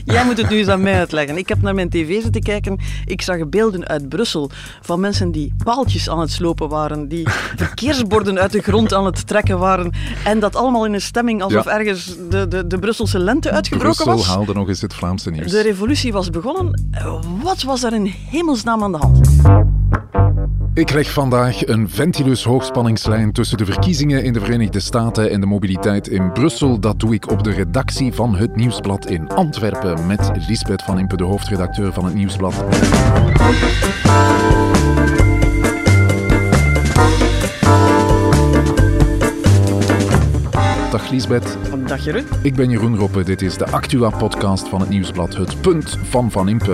Jij moet het nu eens aan mij uitleggen. Ik heb naar mijn tv zitten kijken. Ik zag beelden uit Brussel van mensen die paaltjes aan het slopen waren, die verkeersborden uit de grond aan het trekken waren. En dat allemaal in een stemming alsof ergens de Brusselse lente uitgebroken was. Brussel haalde nog eens het Vlaamse nieuws. De revolutie was begonnen. Wat was er in hemelsnaam aan de hand? Ik leg vandaag een Ventilus hoogspanningslijn tussen de verkiezingen in de Verenigde Staten en de mobiliteit in Brussel. Dat doe ik op de redactie van Het Nieuwsblad in Antwerpen met Liesbeth van Impe, de hoofdredacteur van Het Nieuwsblad. Dag Liesbeth. Dag Jeroen. Ik ben Jeroen Roppe. Dit is de Actua-podcast van Het Nieuwsblad. Het punt van Van Impe.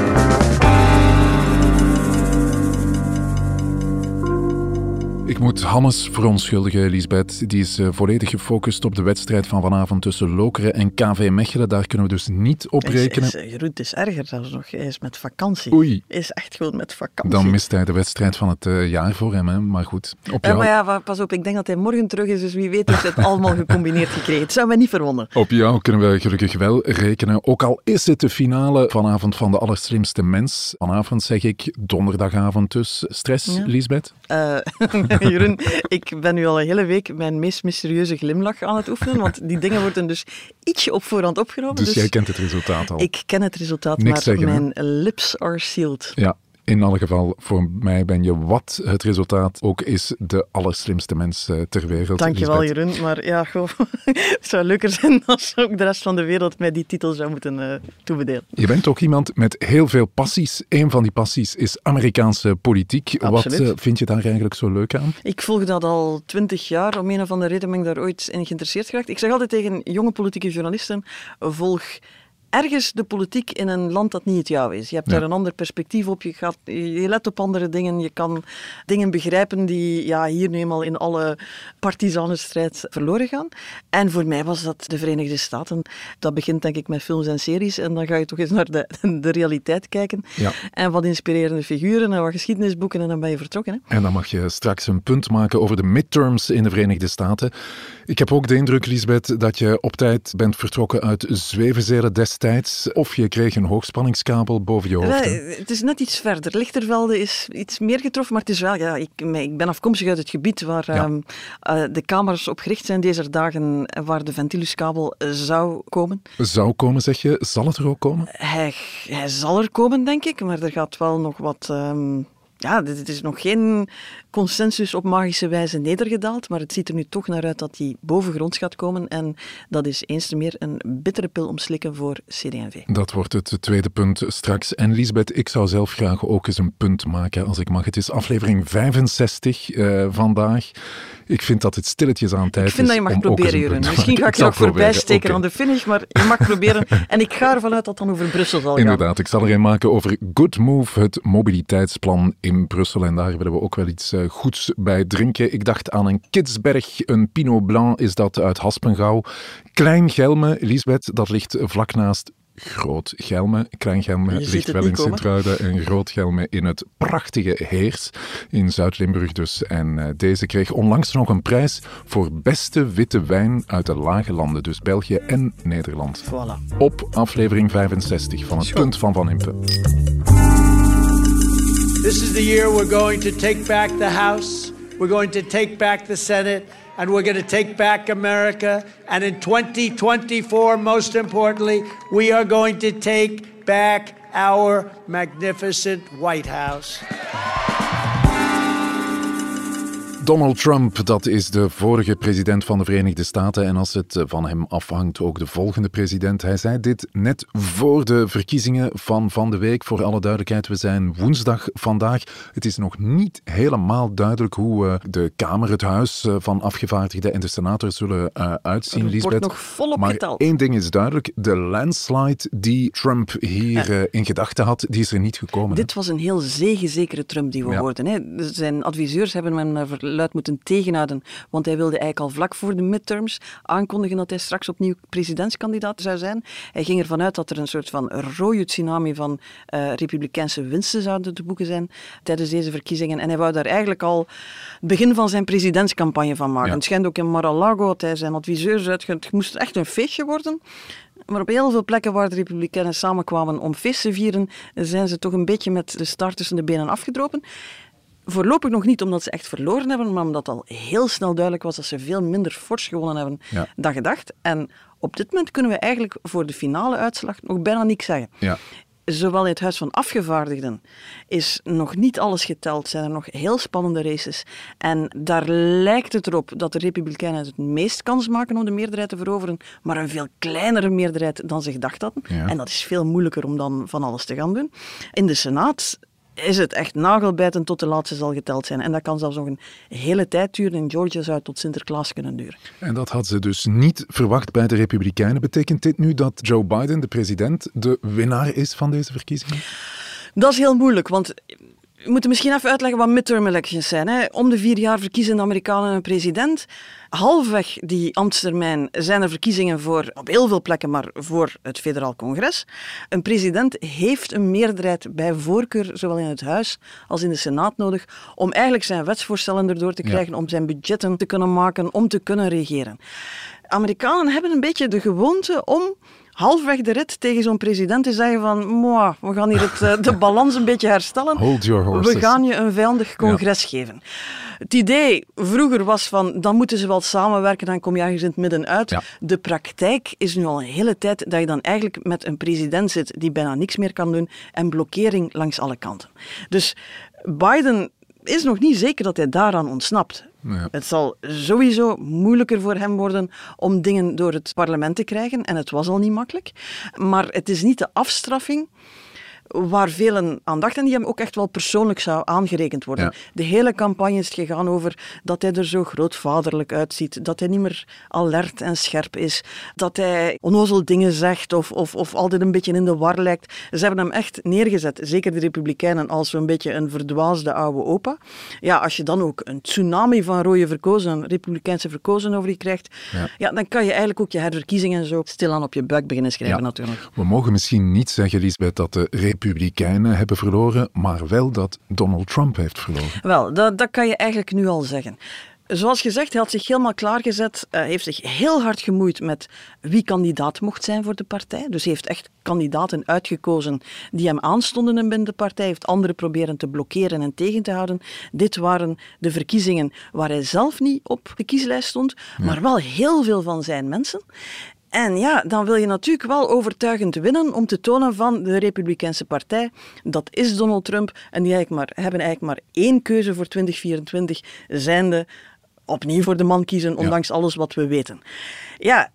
Ik moet Hannes verontschuldigen, Liesbeth. Die is volledig gefocust op de wedstrijd van vanavond tussen Lokeren en KV Mechelen. Daar kunnen we dus niet op rekenen. Jeroen, het is erger zelfs nog. Hij is met vakantie. Oei. Hij is echt gewoon met vakantie. Dan mist hij de wedstrijd van het jaar voor hem, hè. Maar goed. Maar ja, pas op. Ik denk dat hij morgen terug is, dus wie weet heeft het allemaal gecombineerd gekregen. Het zou mij niet verwonderen. Op jou kunnen we gelukkig wel rekenen. Ook al is het de finale vanavond van De Allerslimste Mens. Vanavond zeg ik, donderdagavond dus. Stress, ja. Liesbeth? Jeroen, ik ben nu al een hele week mijn meest mysterieuze glimlach aan het oefenen, want die dingen worden dus ietsje op voorhand opgenomen. Dus jij kent het resultaat al? Ik ken het resultaat, Niks maar zeggen, mijn lips are sealed. Ja. In alle geval, voor mij ben je wat het resultaat ook is de allerslimste mens ter wereld. Dankjewel, Jeroen. Maar ja, goh, het zou leuker zijn als ook de rest van de wereld mij die titel zou moeten toebedelen. Je bent ook iemand met heel veel passies. Een van die passies is Amerikaanse politiek. Absoluut. Wat vind je daar eigenlijk zo leuk aan? Ik volg dat al 20 jaar. Om een of andere reden ben ik daar ooit in geïnteresseerd geraakt. Ik zeg altijd tegen jonge politieke journalisten, volg ergens de politiek in een land dat niet het jouw is. Je hebt daar een ander perspectief op, je let op andere dingen, je kan dingen begrijpen die hier nu eenmaal in alle partisanenstrijd verloren gaan. En voor mij was dat de Verenigde Staten. Dat begint denk ik met films en series en dan ga je toch eens naar de realiteit kijken. Ja. En wat inspirerende figuren en wat geschiedenisboeken en dan ben je vertrokken. Hè? En dan mag je straks een punt maken over de midterms in de Verenigde Staten. Ik heb ook de indruk, Liesbeth, dat je op tijd bent vertrokken uit Zwevenzelen destijds. Of je kreeg een hoogspanningskabel boven je hoofd. Het is net iets verder. Lichtervelde is iets meer getroffen, maar het is wel... ik ben afkomstig uit het gebied waar de kamers op gericht zijn deze dagen, waar de Ventiluskabel zou komen. Zou komen, zeg je. Zal het er ook komen? Hij zal er komen, denk ik, maar er gaat wel nog wat... dit is nog geen consensus op magische wijze nedergedaald, maar het ziet er nu toch naar uit dat die bovengronds gaat komen en dat is eens te meer een bittere pil omslikken voor CD&V. Dat wordt het tweede punt straks. En Liesbeth, ik zou zelf graag ook eens een punt maken, als ik mag. Het is aflevering 65 vandaag. Ik vind dat het stilletjes aan tijd is. Ik vind dat je mag proberen, Jeroen. Misschien ga ik je nog voorbij steken aan de finish, maar je mag proberen. En ik ga ervan uit dat het dan over Brussel zal gaan. Inderdaad, ik zal er een maken over Good Move, het mobiliteitsplan in Brussel. En daar willen we ook wel iets goeds bij drinken. Ik dacht aan een Kidsberg, een Pinot Blanc is dat uit Haspengouw. Klein Gelme, Liesbeth, dat ligt vlak naast Groot Gelme. Klein Gelme ligt wel in Sint-Truiden en Groot Gelme in het prachtige Heers in Zuid-Limburg dus. En deze kreeg onlangs nog een prijs voor beste witte wijn uit de Lage Landen, dus België en Nederland. Voilà. Op aflevering 65 van het punt van Van Impe. This is the year we're going to take back the House, we're going to take back the Senate, and we're going to take back America. And in 2024, most importantly, we are going to take back our magnificent White House. Donald Trump, dat is de vorige president van de Verenigde Staten en als het van hem afhangt ook de volgende president. Hij zei dit net voor de verkiezingen van de week. Voor alle duidelijkheid, we zijn woensdag vandaag. Het is nog niet helemaal duidelijk hoe de Kamer, het Huis van Afgevaardigden en de Senator zullen uitzien, Liesbeth. Er wordt nog volop geteld. Maar één ding is duidelijk, de landslide die Trump hier in gedachten had, die is er niet gekomen. Dit was een heel zegenzekere Trump die we hoorden. Hè. Zijn adviseurs hebben hem luid moeten tegenhouden, want hij wilde eigenlijk al vlak voor de midterms aankondigen dat hij straks opnieuw presidentskandidaat zou zijn. Hij ging ervan uit dat er een soort van rode tsunami van republikeinse winsten zouden te boeken zijn tijdens deze verkiezingen. En hij wou daar eigenlijk al het begin van zijn presidentscampagne van maken. Het schijnt ook in Mar-a-Lago dat hij zijn adviseurs uitgenodigd. Het moest echt een feestje worden. Maar op heel veel plekken waar de Republikeinen samenkwamen om feest te vieren, zijn ze toch een beetje met de staart tussen de benen afgedropen. Voorlopig nog niet omdat ze echt verloren hebben, maar omdat al heel snel duidelijk was dat ze veel minder fors gewonnen hebben dan gedacht. En op dit moment kunnen we eigenlijk voor de finale uitslag nog bijna niks zeggen. Ja. Zowel in het Huis van Afgevaardigden is nog niet alles geteld, zijn er nog heel spannende races. En daar lijkt het erop dat de Republikeinen het meest kans maken om de meerderheid te veroveren, maar een veel kleinere meerderheid dan ze gedacht hadden. Ja. En dat is veel moeilijker om dan van alles te gaan doen. In de Senaat is het echt nagelbijtend tot de laatste zal geteld zijn. En dat kan zelfs nog een hele tijd duren. In Georgia zou het tot Sinterklaas kunnen duren. En dat had ze dus niet verwacht bij de Republikeinen. Betekent dit nu dat Joe Biden, de president, de winnaar is van deze verkiezingen? Dat is heel moeilijk, want we moeten misschien even uitleggen wat midterm elections zijn. Hè. Om de 4 jaar verkiezen de Amerikanen een president. Halfweg die ambtstermijn zijn er verkiezingen voor, op heel veel plekken, maar voor het federaal congres. Een president heeft een meerderheid bij voorkeur, zowel in het Huis als in de Senaat nodig, om eigenlijk zijn wetsvoorstellen erdoor te krijgen, om zijn budgetten te kunnen maken, om te kunnen regeren. Amerikanen hebben een beetje de gewoonte om halfweg de rit tegen zo'n president te zeggen van we gaan hier de balans een beetje herstellen. Hold your horses. We gaan je een vijandig congres geven. Het idee vroeger was van, dan moeten ze wel samenwerken, dan kom je ergens in het midden uit. Ja. De praktijk is nu al een hele tijd dat je dan eigenlijk met een president zit die bijna niks meer kan doen en blokkering langs alle kanten. Dus Biden is nog niet zeker dat hij daaraan ontsnapt. Ja. Het zal sowieso moeilijker voor hem worden om dingen door het parlement te krijgen. En het was al niet makkelijk. Maar het is niet de afstraffing waar velen aan dachten en die hem ook echt wel persoonlijk zou aangerekend worden. Ja. De hele campagne is gegaan over dat hij er zo grootvaderlijk uitziet, dat hij niet meer alert en scherp is, dat hij onnozel dingen zegt of altijd een beetje in de war lijkt. Ze hebben hem echt neergezet, zeker de Republikeinen, als zo'n beetje een verdwaasde oude opa. Ja, als je dan ook een tsunami van rode verkozen, Republikeinse verkozen over je krijgt, dan kan je eigenlijk ook je herverkiezingen zo stilaan op je buik beginnen schrijven natuurlijk. We mogen misschien niet zeggen, Lisbeth, dat de Republikeinen hebben verloren, maar wel dat Donald Trump heeft verloren. Wel, dat kan je eigenlijk nu al zeggen. Zoals gezegd, hij had zich helemaal klaargezet, heeft zich heel hard gemoeid met wie kandidaat mocht zijn voor de partij. Dus hij heeft echt kandidaten uitgekozen die hem aanstonden binnen de partij. Hij heeft anderen proberen te blokkeren en tegen te houden. Dit waren de verkiezingen waar hij zelf niet op de kieslijst stond, maar wel heel veel van zijn mensen. En ja, dan wil je natuurlijk wel overtuigend winnen om te tonen van de Republikeinse partij. Dat is Donald Trump en die hebben eigenlijk maar één keuze voor 2024, zijnde opnieuw voor de man kiezen, ondanks alles wat we weten. Ja,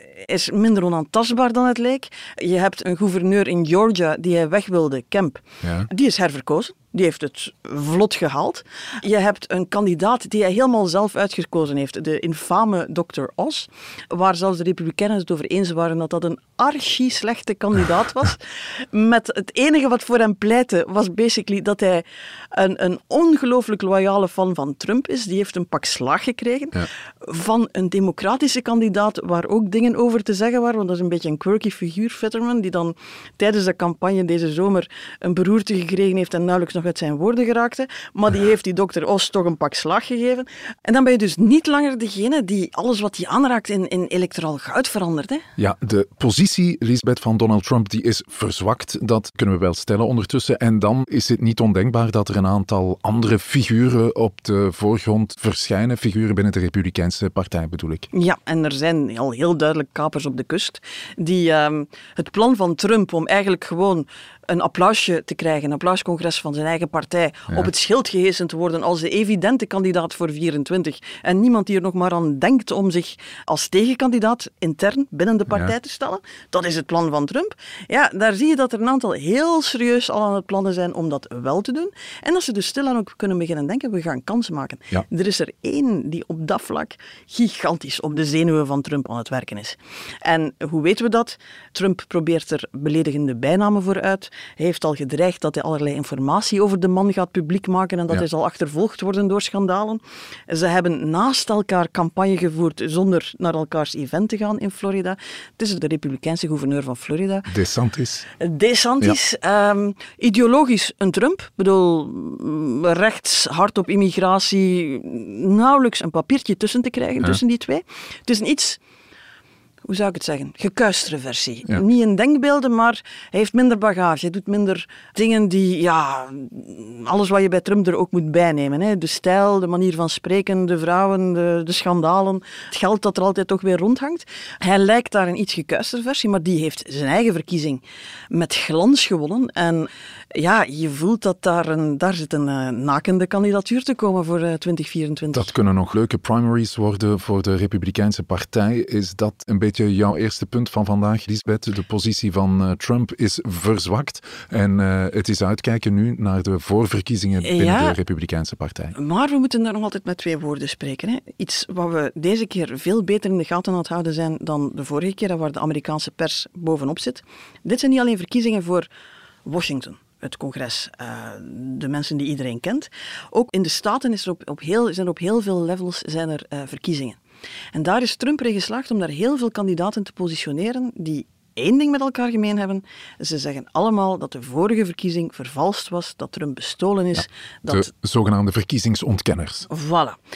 is minder onaantastbaar dan het leek. Je hebt een gouverneur in Georgia die hij weg wilde, Kemp. Ja. Die is herverkozen. Die heeft het vlot gehaald. Je hebt een kandidaat die hij helemaal zelf uitgekozen heeft. De infame Dr. Oz. Waar zelfs de Republikeinen het over eens waren dat dat een archi-slechte kandidaat was. Met het enige wat voor hem pleitte was basically dat hij een ongelooflijk loyale fan van Trump is. Die heeft een pak slaag gekregen van een democratische kandidaat waar ook dingen over te zeggen waren. Want dat is een beetje een quirky figuur, Fetterman, die dan tijdens de campagne deze zomer een beroerte gekregen heeft en nauwelijks nog uit zijn woorden geraakte, maar die heeft die Dr. Oz toch een pak slaag gegeven. En dan ben je dus niet langer degene die alles wat hij aanraakt in electoraal goud verandert. Hè? Ja, de positie, Lisbeth, van Donald Trump die is verzwakt. Dat kunnen we wel stellen ondertussen. En dan is het niet ondenkbaar dat er een aantal andere figuren op de voorgrond verschijnen. Figuren binnen de Republikeinse partij, bedoel ik. Ja, en er zijn al heel duidelijk kapers op de kust die het plan van Trump om eigenlijk gewoon een applausje te krijgen, een applauscongres van zijn eigen partij, op het schild gehesen te worden als de evidente kandidaat voor 24 en niemand die er nog maar aan denkt om zich als tegenkandidaat intern binnen de partij te stellen. Dat is het plan van Trump. Ja, daar zie je dat er een aantal heel serieus al aan het plannen zijn om dat wel te doen. En dat ze dus stilaan ook kunnen beginnen denken, we gaan kansen maken. Ja. Er is er één die op dat vlak gigantisch op de zenuwen van Trump aan het werken is. En hoe weten we dat? Trump probeert er beledigende bijnamen voor uit. Hij heeft al gedreigd dat hij allerlei informatie over de man gaat publiek maken en dat hij zal achtervolgd worden door schandalen. Ze hebben naast elkaar campagne gevoerd zonder naar elkaars event te gaan in Florida. Het is de republikeinse gouverneur van Florida. DeSantis. Ja. Ideologisch een Trump. Ik bedoel, rechts, hard op immigratie, nauwelijks een papiertje tussen te krijgen tussen die twee. Het is een iets... Hoe zou ik het zeggen? Gekuistere versie. Ja. Niet in denkbeelden, maar hij heeft minder bagage. Hij doet minder dingen die, alles wat je bij Trump er ook moet bijnemen. Hè. De stijl, de manier van spreken, de vrouwen, de schandalen. Het geld dat er altijd toch weer rondhangt. Hij lijkt daar een iets gekuistere versie, maar die heeft zijn eigen verkiezing met glans gewonnen. En ja, je voelt dat daar zit een nakende kandidatuur te komen voor 2024. Dat kunnen nog leuke primaries worden voor de Republikeinse Partij. Is dat een beetje jouw eerste punt van vandaag, Liesbeth? De positie van Trump is verzwakt en het is uitkijken nu naar de voorverkiezingen binnen de Republikeinse Partij. Maar we moeten daar nog altijd met 2 woorden spreken. Hè. Iets wat we deze keer veel beter in de gaten aan het houden zijn dan de vorige keer, waar de Amerikaanse pers bovenop zit. Dit zijn niet alleen verkiezingen voor Washington, het congres, de mensen die iedereen kent. Ook in de Staten zijn er op heel veel levels verkiezingen. En daar is Trump erin geslaagd om daar heel veel kandidaten te positioneren die 1 ding met elkaar gemeen hebben. Ze zeggen allemaal dat de vorige verkiezing vervalst was, dat Trump bestolen is. Ja, de zogenaamde verkiezingsontkenners. Voilà.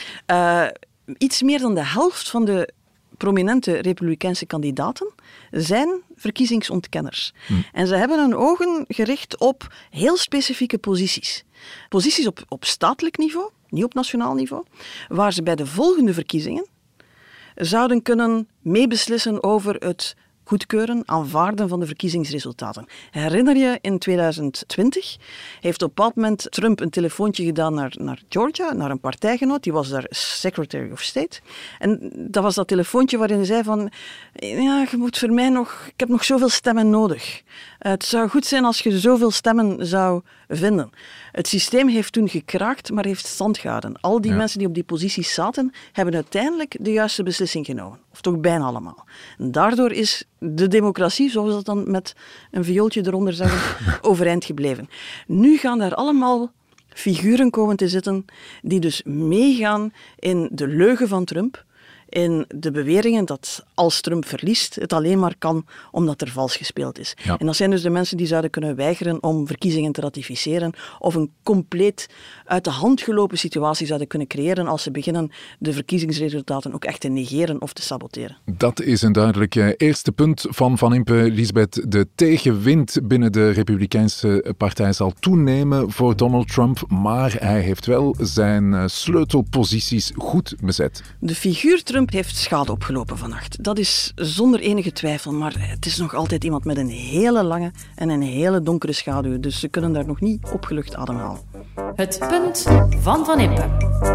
Iets meer dan de helft van de prominente republikeinse kandidaten zijn verkiezingsontkenners. En ze hebben hun ogen gericht op heel specifieke posities. Posities op statelijk niveau, niet op nationaal niveau, waar ze bij de volgende verkiezingen zouden kunnen meebeslissen over het goedkeuren, aanvaarden van de verkiezingsresultaten. Herinner je, in 2020 heeft op een bepaald moment Trump een telefoontje gedaan naar Georgia, naar een partijgenoot, die was daar Secretary of State. En dat was dat telefoontje waarin hij zei van, je moet voor mij ik heb nog zoveel stemmen nodig. Het zou goed zijn als je zoveel stemmen zou vinden. Het systeem heeft toen gekraakt, maar heeft stand gehouden. Al die mensen die op die posities zaten, hebben uiteindelijk de juiste beslissing genomen. Of toch bijna allemaal. En daardoor is de democratie, zoals we dat dan met een viooltje eronder zeggen, overeind gebleven. Nu gaan daar allemaal figuren komen te zitten die dus meegaan in de leugen van Trump, in de beweringen dat als Trump verliest, het alleen maar kan omdat er vals gespeeld is. Ja. En dat zijn dus de mensen die zouden kunnen weigeren om verkiezingen te ratificeren of een compleet uit de hand gelopen situatie zouden kunnen creëren als ze beginnen de verkiezingsresultaten ook echt te negeren of te saboteren. Dat is een duidelijk eerste punt van Impe. Lisbeth, de tegenwind binnen de Republikeinse Partij zal toenemen voor Donald Trump, maar hij heeft wel zijn sleutelposities goed bezet. De figuur Trump heeft schade opgelopen vannacht. Dat is zonder enige twijfel, maar het is nog altijd iemand met een hele lange en een hele donkere schaduw, dus ze kunnen daar nog niet opgelucht ademhalen. Het punt van Impe.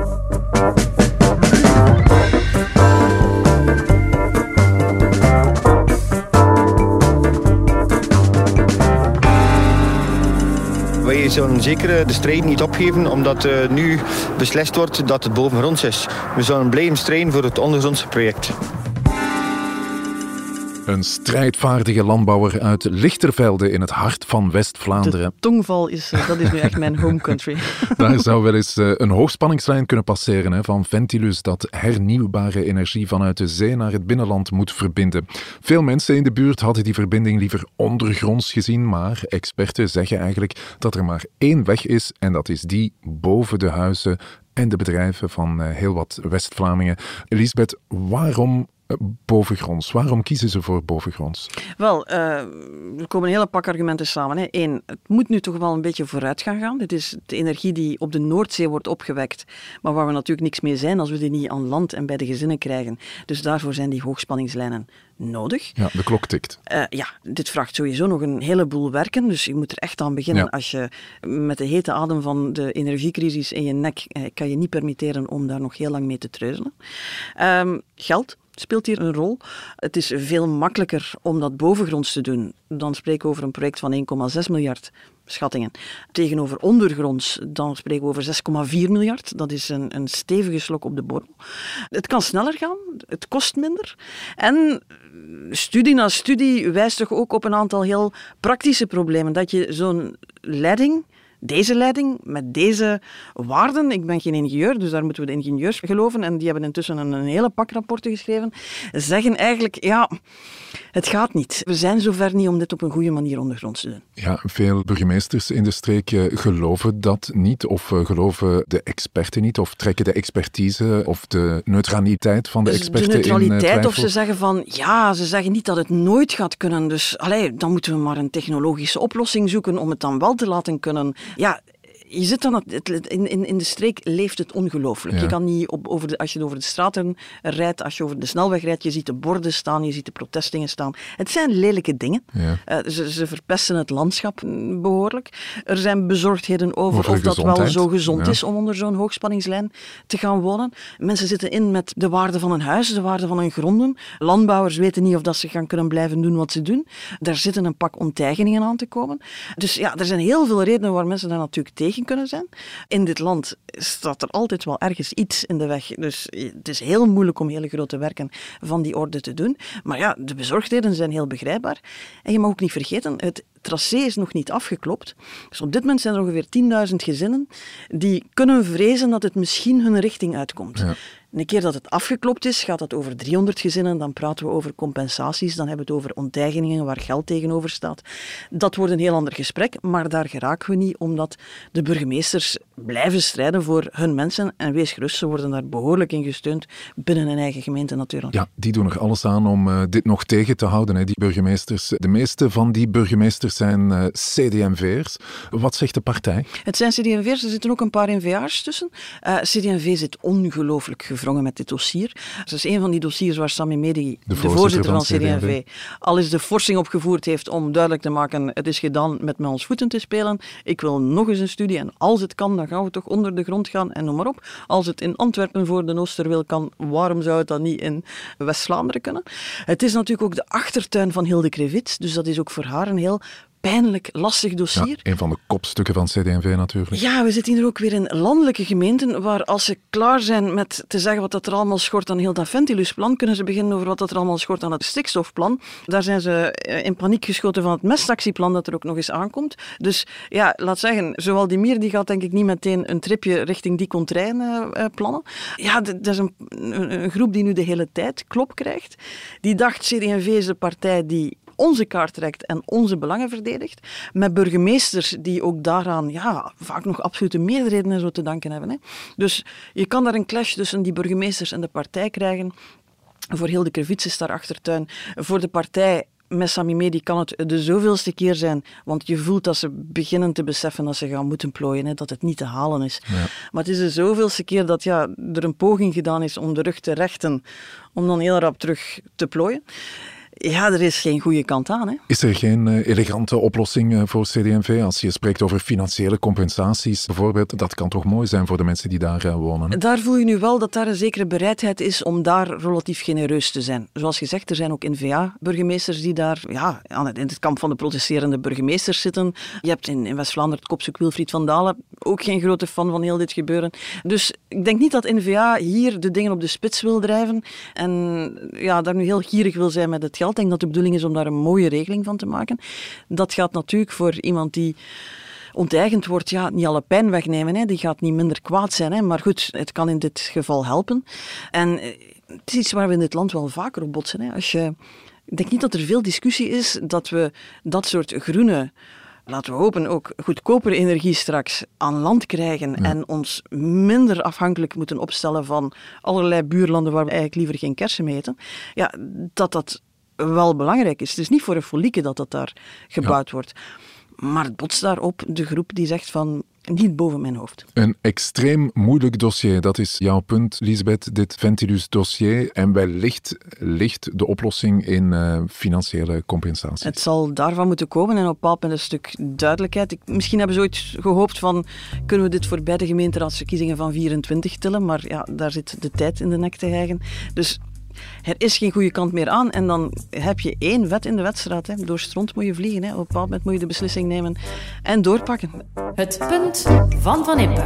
Wij zullen zeker de strijd niet opgeven, omdat nu beslist wordt dat het bovengronds is. We zullen blijven strijden voor het ondergrondse project. Een strijdvaardige landbouwer uit Lichtervelde in het hart van West-Vlaanderen. De tongval dat is nu echt mijn home country. Daar zou wel eens een hoogspanningslijn kunnen passeren van Ventilus, dat hernieuwbare energie vanuit de zee naar het binnenland moet verbinden. Veel mensen in de buurt hadden die verbinding liever ondergronds gezien, maar experten zeggen eigenlijk dat er maar 1 weg is en dat is die boven de huizen en de bedrijven van heel wat West-Vlamingen. Lisbeth, waarom bovengronds? Waarom kiezen ze voor bovengronds? Wel, er komen een hele pak argumenten samen. Hè. 1, het moet nu toch wel een beetje vooruit gaan. Dit is de energie die op de Noordzee wordt opgewekt, maar waar we natuurlijk niks mee zijn als we die niet aan land en bij de gezinnen krijgen. Dus daarvoor zijn die hoogspanningslijnen nodig. Ja, de klok tikt. Dit vraagt sowieso nog een heleboel werken, dus je moet er echt aan beginnen. Ja. Als je met de hete adem van de energiecrisis in je nek, kan je niet permitteren om daar nog heel lang mee te treuzelen. Geld speelt hier een rol. Het is veel makkelijker om dat bovengronds te doen. Dan spreken we over een project van 1,6 miljard schattingen. Tegenover ondergronds, dan spreken we over 6,4 miljard. Dat is een stevige slok op de borrel. Het kan sneller gaan, het kost minder. En studie na studie wijst toch ook op een aantal heel praktische problemen. Dat je zo'n leiding, deze leiding, met deze waarden, ik ben geen ingenieur, dus daar moeten we de ingenieurs geloven, en die hebben intussen een hele pak rapporten geschreven, zeggen eigenlijk, ja, het gaat niet. We zijn zover niet om dit op een goede manier ondergronds te doen. Ja, veel burgemeesters in de streek geloven dat niet, of geloven de experten niet, of trekken de expertise of de neutraliteit van de experten in twijfel. De neutraliteit, of ze zeggen van, ja, ze zeggen niet dat het nooit gaat kunnen, dus dan moeten we maar een technologische oplossing zoeken om het dan wel te laten kunnen. Ja, je zit dan in de streek leeft het ongelooflijk. Ja. Je kan niet als je over de straten rijdt, als je over de snelweg rijdt, je ziet de borden staan, je ziet de protestdingen staan. Het zijn lelijke dingen. Ja. Ze verpesten het landschap behoorlijk. Er zijn bezorgdheden over of dat wel zo gezond is om onder zo'n hoogspanningslijn te gaan wonen. Mensen zitten in met de waarde van een huis, de waarde van hun gronden. Landbouwers weten niet of dat ze gaan kunnen blijven doen wat ze doen. Daar zitten een pak onteigeningen aan te komen. Dus ja, er zijn heel veel redenen waar mensen daar natuurlijk tegen kunnen zijn. In dit land staat er altijd wel ergens iets in de weg. Dus het is heel moeilijk om hele grote werken van die orde te doen. Maar ja, de bezorgdheden zijn heel begrijpbaar. En je mag ook niet vergeten, het tracé is nog niet afgeklopt. Dus op dit moment zijn er ongeveer 10.000 gezinnen die kunnen vrezen dat het misschien hun richting uitkomt. Ja. Een keer dat het afgeklopt is, gaat dat over 300 gezinnen, dan praten we over compensaties, dan hebben we het over onteigeningen waar geld tegenover staat. Dat wordt een heel ander gesprek, maar daar geraken we niet, omdat de burgemeesters blijven strijden voor hun mensen. En wees gerust, ze worden daar behoorlijk in gesteund binnen hun eigen gemeente natuurlijk. Ja, die doen er alles aan om dit nog tegen te houden, hè, die burgemeesters. De meeste van die burgemeesters zijn CD&V'ers. Wat zegt de partij? Het zijn CD&V'ers, er zitten ook een paar N-VA'ers tussen. CD&V zit ongelooflijk gevrongen met dit dossier. Dat is een van die dossiers waar Sami Medi, de voorzitter van CD&V, al eens de forsing opgevoerd heeft om duidelijk te maken, het is gedaan met ons voeten te spelen. Ik wil nog eens een studie en als het kan, dan gaan we toch onder de grond gaan en noem maar op. Als het in Antwerpen voor de Oosterweel kan, waarom zou het dan niet in West-Vlaanderen kunnen? Het is natuurlijk ook de achtertuin van Hilde Krevits, dus dat is ook voor haar een heel pijnlijk, lastig dossier. Ja, een van de kopstukken van CD&V natuurlijk. Ja, we zitten hier ook weer in landelijke gemeenten waar als ze klaar zijn met te zeggen wat dat er allemaal schort aan heel dat Ventilus-plan, kunnen ze beginnen over wat dat er allemaal schort aan het stikstofplan. Daar zijn ze in paniek geschoten van het mestactieplan dat er ook nog eens aankomt. Dus ja, laat zeggen, zowel die Mier die gaat denk ik niet meteen een tripje richting die contrain plannen. Ja, dat is een groep die nu de hele tijd klop krijgt. Die dacht, CD&V is de partij die onze kaart trekt en onze belangen verdedigt, met burgemeesters die ook daaraan vaak nog absolute meerderheden en zo te danken hebben. Hè. Dus je kan daar een clash tussen die burgemeesters en de partij krijgen. Voor Hilde Krevits is daar achtertuin. Voor de partij met Sami Medi kan het de zoveelste keer zijn, want je voelt dat ze beginnen te beseffen dat ze gaan moeten plooien, hè, dat het niet te halen is. Ja. Maar het is de zoveelste keer dat er een poging gedaan is om de rug te rechten, om dan heel rap terug te plooien. Ja, er is geen goede kant aan. Hè. Is er geen elegante oplossing voor CD&V? Als je spreekt over financiële compensaties bijvoorbeeld, dat kan toch mooi zijn voor de mensen die daar wonen? Hè? Daar voel je nu wel dat daar een zekere bereidheid is om daar relatief genereus te zijn. Zoals gezegd, er zijn ook N-VA-burgemeesters die daar in het kamp van de protesterende burgemeesters zitten. Je hebt in West-Vlaanderen het kopzoek Wilfried van Dalen, ook geen grote fan van heel dit gebeuren. Dus ik denk niet dat N-VA hier de dingen op de spits wil drijven en daar nu heel gierig wil zijn met het geld. Ik denk dat de bedoeling is om daar een mooie regeling van te maken. Dat gaat natuurlijk voor iemand die onteigend wordt, niet alle pijn wegnemen. Hè. Die gaat niet minder kwaad zijn. Hè. Maar goed, het kan in dit geval helpen. En het is iets waar we in dit land wel vaker op botsen. Hè. Ik denk niet dat er veel discussie is dat we dat soort groene, laten we hopen ook goedkopere energie straks aan land krijgen en ons minder afhankelijk moeten opstellen van allerlei buurlanden waar we eigenlijk liever geen kersen mee eten. Ja, dat wel belangrijk is. Het is niet voor een folieke dat daar gebouwd wordt. Maar het botst daarop de groep die zegt van niet boven mijn hoofd. Een extreem moeilijk dossier, dat is jouw punt, Lisbeth, dit Ventilus-dossier. En wellicht ligt de oplossing in financiële compensatie. Het zal daarvan moeten komen en op een bepaald moment een stuk duidelijkheid. Misschien hebben ze ooit gehoopt van, kunnen we dit voor beide gemeenteraadsverkiezingen van 24 tillen? Maar daar zit de tijd in de nek te hijgen. Dus er is geen goede kant meer aan. En dan heb je 1 wet in de wedstrijd. Hè. Door stront moet je vliegen. Hè. Op een bepaald moment moet je de beslissing nemen en doorpakken. Het punt van Van Impe.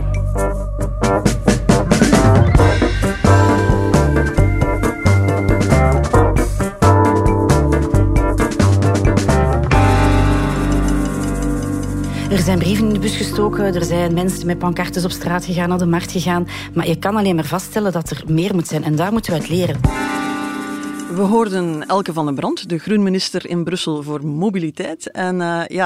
Er zijn brieven in de bus gestoken, er zijn mensen met pancartes op straat gegaan, naar de markt gegaan. Maar je kan alleen maar vaststellen dat er meer moet zijn en daar moeten we uit leren. We hoorden Elke van den Brand, de groenminister in Brussel voor mobiliteit. En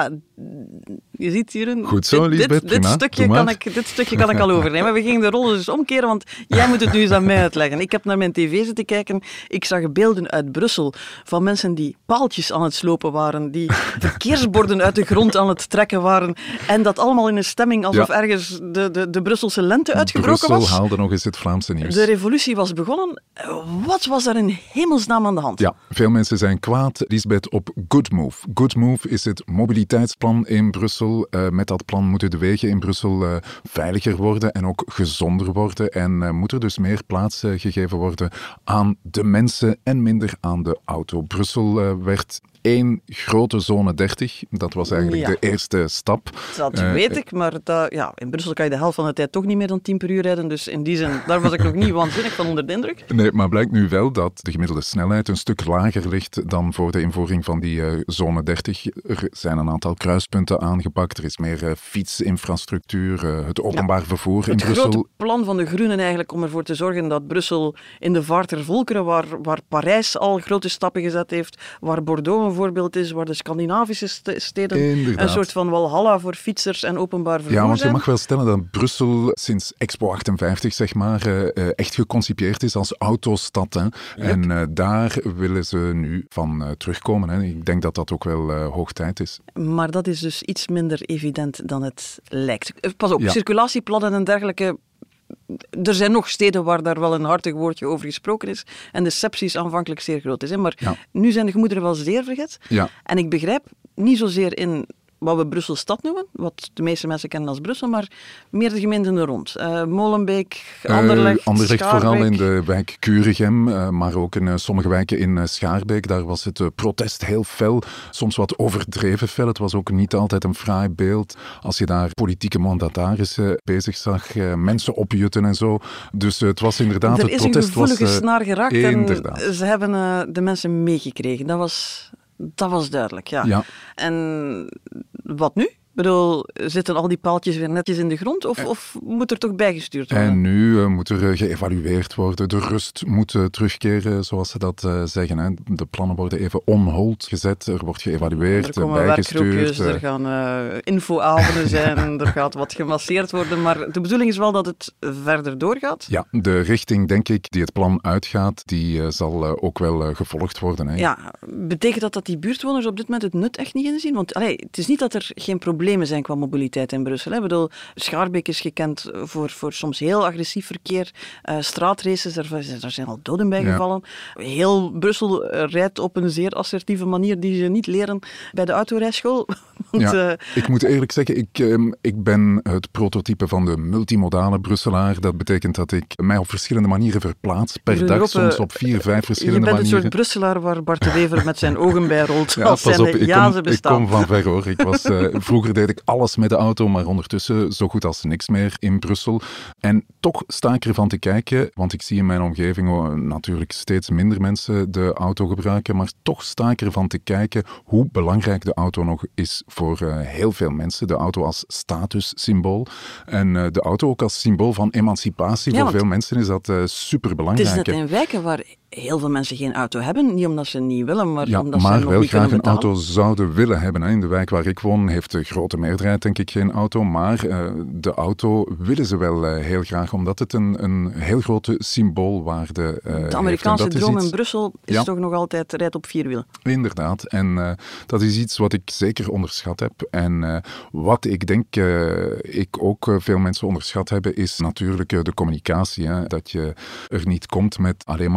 je ziet hier goed zo, Liesbeth, dit stukje kan ik al overnemen. We gingen de rollen dus omkeren, want jij moet het nu eens aan mij uitleggen. Ik heb naar mijn tv zitten kijken. Ik zag beelden uit Brussel van mensen die paaltjes aan het slopen waren, die verkeersborden uit de grond aan het trekken waren. En dat allemaal in een stemming alsof ergens de Brusselse lente uitgebroken was. Brussel haalde nog eens het Vlaamse nieuws. De revolutie was begonnen. Wat was er in hemelsnaam aan de hand? Ja, veel mensen zijn kwaad, Liesbeth, op Good Move. Good Move is het mobiliteitsplan in Brussel. Met dat plan moeten de wegen in Brussel veiliger worden en ook gezonder worden. En moet er dus meer plaats gegeven worden aan de mensen en minder aan de auto. Brussel werd 1 grote zone 30. Dat was eigenlijk de eerste stap. Dat weet ik, maar in Brussel kan je de helft van de tijd toch niet meer dan 10 per uur rijden. Dus in die zin, daar was ik nog niet waanzinnig van onder de indruk. Nee, maar blijkt nu wel dat de gemiddelde snelheid een stuk lager ligt dan voor de invoering van die zone 30. Er zijn een aantal kruispunten aangepakt. Er is meer fietsinfrastructuur, het openbaar vervoer in Brussel. Het grote plan van de Groenen eigenlijk om ervoor te zorgen dat Brussel in de vaart der volkeren, waar Parijs al grote stappen gezet heeft, waar Bordeaux een voorbeeld is, waar de Scandinavische steden een soort van walhalla voor fietsers en openbaar vervoer zijn. Ja, want je mag wel stellen dat Brussel sinds Expo 58, zeg maar, echt geconcipieerd is als autostad. Hè. Yep. En daar willen ze nu van terugkomen. Hè. Ik denk dat dat ook wel hoog tijd is. Maar dat is dus iets minder evident dan het lijkt. Pas op, circulatieplannen en dergelijke. Er zijn nog steden waar daar wel een hartig woordje over gesproken is en de sepsis aanvankelijk zeer groot is. Hè? Maar nu zijn de gemoederen wel zeer verget. Ja. En ik begrijp niet zozeer in wat we Brussel-stad noemen, wat de meeste mensen kennen als Brussel, maar meer de gemeenten er rond. Molenbeek, Anderlecht, vooral in de wijk Kuregem, maar ook in sommige wijken in Schaarbeek. Daar was het protest heel fel, soms wat overdreven fel. Het was ook niet altijd een fraai beeld. Als je daar politieke mandatarissen bezig zag, mensen opjutten en zo. Dus het was inderdaad, het protest was... Er is een gevoelige snaar geraakt en ze hebben de mensen meegekregen. Dat was duidelijk, ja. En wat nu? Ik bedoel, zitten al die paaltjes weer netjes in de grond of moet er toch bijgestuurd worden? En nu moet er geëvalueerd worden. De rust moet terugkeren, zoals ze dat zeggen. Hè. De plannen worden even on hold gezet. Er wordt geëvalueerd, er komen bijgestuurd. Er gaan infoavonden zijn, er gaat wat gemasseerd worden. Maar de bedoeling is wel dat het verder doorgaat? Ja, de richting, denk ik, die het plan uitgaat, die zal ook wel gevolgd worden. Hè. Ja, betekent dat die buurtwoners op dit moment het nut echt niet inzien? Want het is niet dat er geen problemen zijn qua mobiliteit in Brussel. Ik bedoel, Schaarbeek is gekend voor soms heel agressief verkeer. Straatraces, daar zijn al doden bij gevallen. Heel Brussel rijdt op een zeer assertieve manier die ze niet leren bij de autorijschool. Ik moet eerlijk zeggen, ik ben het prototype van de multimodale Brusselaar. Dat betekent dat ik mij op verschillende manieren verplaats per dag, soms op 4-5 verschillende manieren. Je bent een soort Brusselaar waar Bart de Wever met zijn ogen bij rolt. Ja, pas op, ik kom van ver hoor. Vroeger deed ik alles met de auto, maar ondertussen zo goed als niks meer in Brussel. En toch sta ik ervan te kijken, want ik zie in mijn omgeving natuurlijk steeds minder mensen de auto gebruiken, maar toch sta ik ervan te kijken hoe belangrijk de auto nog is voor heel veel mensen. De auto als statussymbool en de auto ook als symbool van emancipatie. Voor veel mensen is dat superbelangrijk. Het is net in wijken waar heel veel mensen geen auto hebben. Niet omdat ze niet willen, maar omdat maar ze nog wel niet graag kunnen betalen. een auto zouden willen hebben. In de wijk waar ik woon heeft de grote meerderheid denk ik geen auto, maar de auto willen ze wel heel graag, omdat het een heel grote symboolwaarde heeft. De Amerikaanse droom in Brussel is toch nog altijd rijdt op 4 wielen. Inderdaad. En dat is iets wat ik zeker onderschat heb. En wat ik denk ik ook veel mensen onderschat hebben, is natuurlijk de communicatie. Hè? Dat je er niet komt met alleen maar wat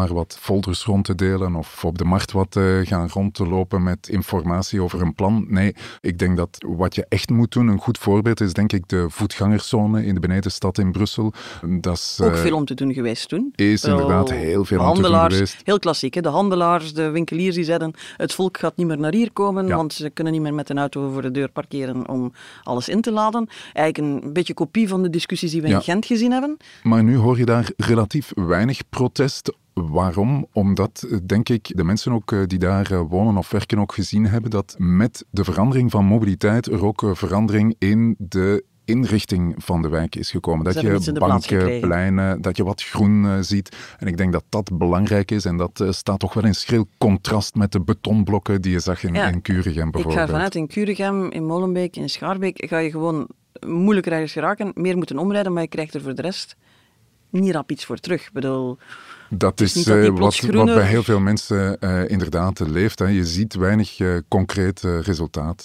folders rond te delen of op de markt wat gaan rond te lopen met informatie over een plan. Nee, ik denk dat wat je echt moet doen, een goed voorbeeld is denk ik de voetgangerszone in de benedenstad in Brussel. Dat is ook veel om te doen geweest toen. Is inderdaad heel veel om te doen geweest. Heel klassiek, hè? De handelaars, de winkeliers die zeiden het volk gaat niet meer naar hier komen, want ze kunnen niet meer met een auto voor de deur parkeren om alles in te laden. Eigenlijk een beetje kopie van de discussies die we in Gent gezien hebben. Maar nu hoor je daar relatief weinig protest. Waarom? Omdat, denk ik, de mensen ook die daar wonen of werken ook gezien hebben dat met de verandering van mobiliteit er ook verandering in de inrichting van de wijk is gekomen. Dat je banken, pleinen, dat je wat groen ziet. En ik denk dat dat belangrijk is en dat staat toch wel in schril contrast met de betonblokken die je zag in Kuregem bijvoorbeeld. Ik ga vanuit in Kuregem, in Molenbeek, in Schaarbeek, ga je gewoon moeilijker ergens geraken, meer moeten omrijden, maar je krijgt er voor de rest niet rap iets voor terug. Ik bedoel, dat is wat bij heel veel mensen inderdaad leeft. Hè. Je ziet weinig concreet resultaat.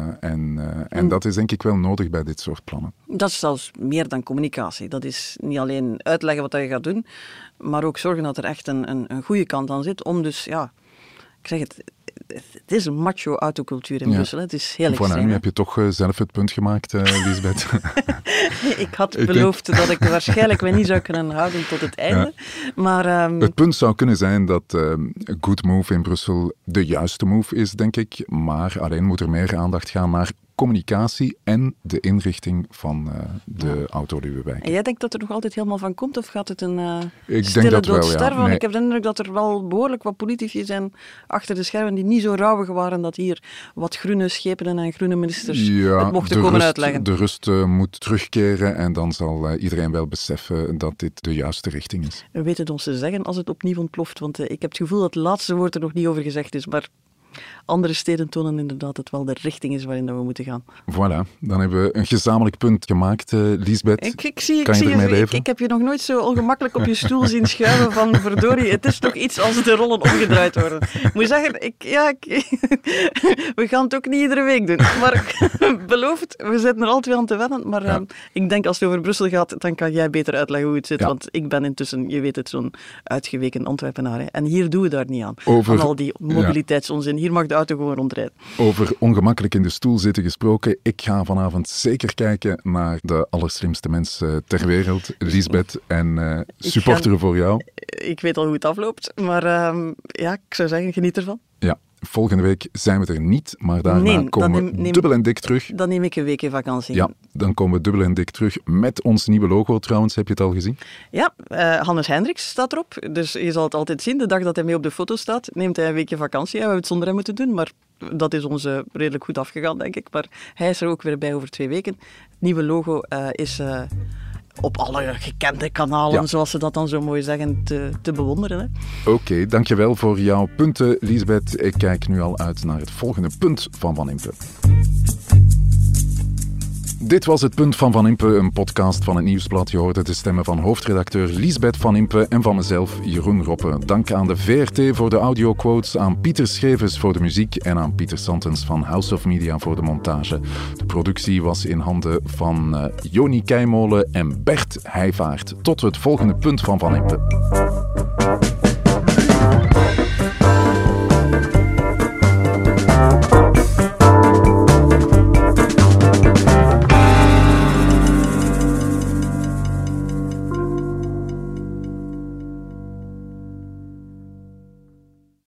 En dat is denk ik wel nodig bij dit soort plannen. Dat is zelfs meer dan communicatie. Dat is niet alleen uitleggen wat je gaat doen, maar ook zorgen dat er echt een goede kant aan zit. Om dus, ik zeg het is een macho autocultuur in Brussel. Hè. Het is heel extreem. Nu heb je toch zelf het punt gemaakt, Liesbeth. Ik had beloofd dat ik waarschijnlijk me niet zou kunnen houden tot het einde. Ja. Maar, het punt zou kunnen zijn dat Good Move in Brussel de juiste move is, denk ik. Maar alleen moet er meer aandacht gaan naar communicatie en de inrichting van de autoluwe wijk. En jij denkt dat er nog altijd helemaal van komt, of gaat het een ik denk dat wel, sterven? Nee. Ik heb de indruk dat er wel behoorlijk wat politici zijn achter de schermen die niet zo rauwig waren dat hier wat groene schepenen en groene ministers het mochten komen uitleggen. De rust moet terugkeren en dan zal iedereen wel beseffen dat dit de juiste richting is. We weten het ons te zeggen als het opnieuw ontploft, want ik heb het gevoel dat het laatste woord er nog niet over gezegd is, maar andere steden tonen inderdaad dat het wel de richting is waarin we moeten gaan. Voilà, dan hebben we een gezamenlijk punt gemaakt, Liesbeth. Kan je ermee leven? Ik heb je nog nooit zo ongemakkelijk op je stoel zien schuiven van verdorie, het is toch iets als de rollen omgedraaid worden. Ik moet zeggen, we gaan het ook niet iedere week doen. Maar beloofd, we zitten er al twee aan te wennen. Maar ik denk als het over Brussel gaat, dan kan jij beter uitleggen hoe het zit. Ja. Want ik ben intussen, je weet het, zo'n uitgeweken Antwerpenaar. Hè. En hier doen we daar niet aan. Aan al die mobiliteitsonzin. Hier mag de auto gewoon rondrijden. Over ongemakkelijk in de stoel zitten gesproken. Ik ga vanavond zeker kijken naar de allerslimste mens ter wereld, Liesbeth. En supporteren voor jou. Ik weet al hoe het afloopt. Maar ik zou zeggen, geniet ervan. Ja. Volgende week zijn we er niet, maar daarna komen we dubbel en dik terug. Dan neem ik een weekje vakantie. Ja, dan komen we dubbel en dik terug met ons nieuwe logo trouwens. Heb je het al gezien? Ja, Hannes Hendricks staat erop. Dus je zal het altijd zien. De dag dat hij mee op de foto staat, neemt hij een weekje vakantie. We hebben het zonder hem moeten doen, maar dat is ons redelijk goed afgegaan, denk ik. Maar hij is er ook weer bij over 2 weken. Het nieuwe logo is op alle gekende kanalen, zoals ze dat dan zo mooi zeggen, te bewonderen. Oké, dankjewel voor jouw punten, Liesbeth. Ik kijk nu al uit naar het volgende punt van Van Impe. Dit was het Punt van Van Impe, een podcast van het Nieuwsblad. Je hoorde de stemmen van hoofdredacteur Liesbeth Van Impe en van mezelf, Jeroen Roppe. Dank aan de VRT voor de audioquotes, aan Pieter Schevers voor de muziek en aan Pieter Santens van House of Media voor de montage. De productie was in handen van Joni Keimolen en Bert Heijvaart. Tot het volgende Punt van Van Impe.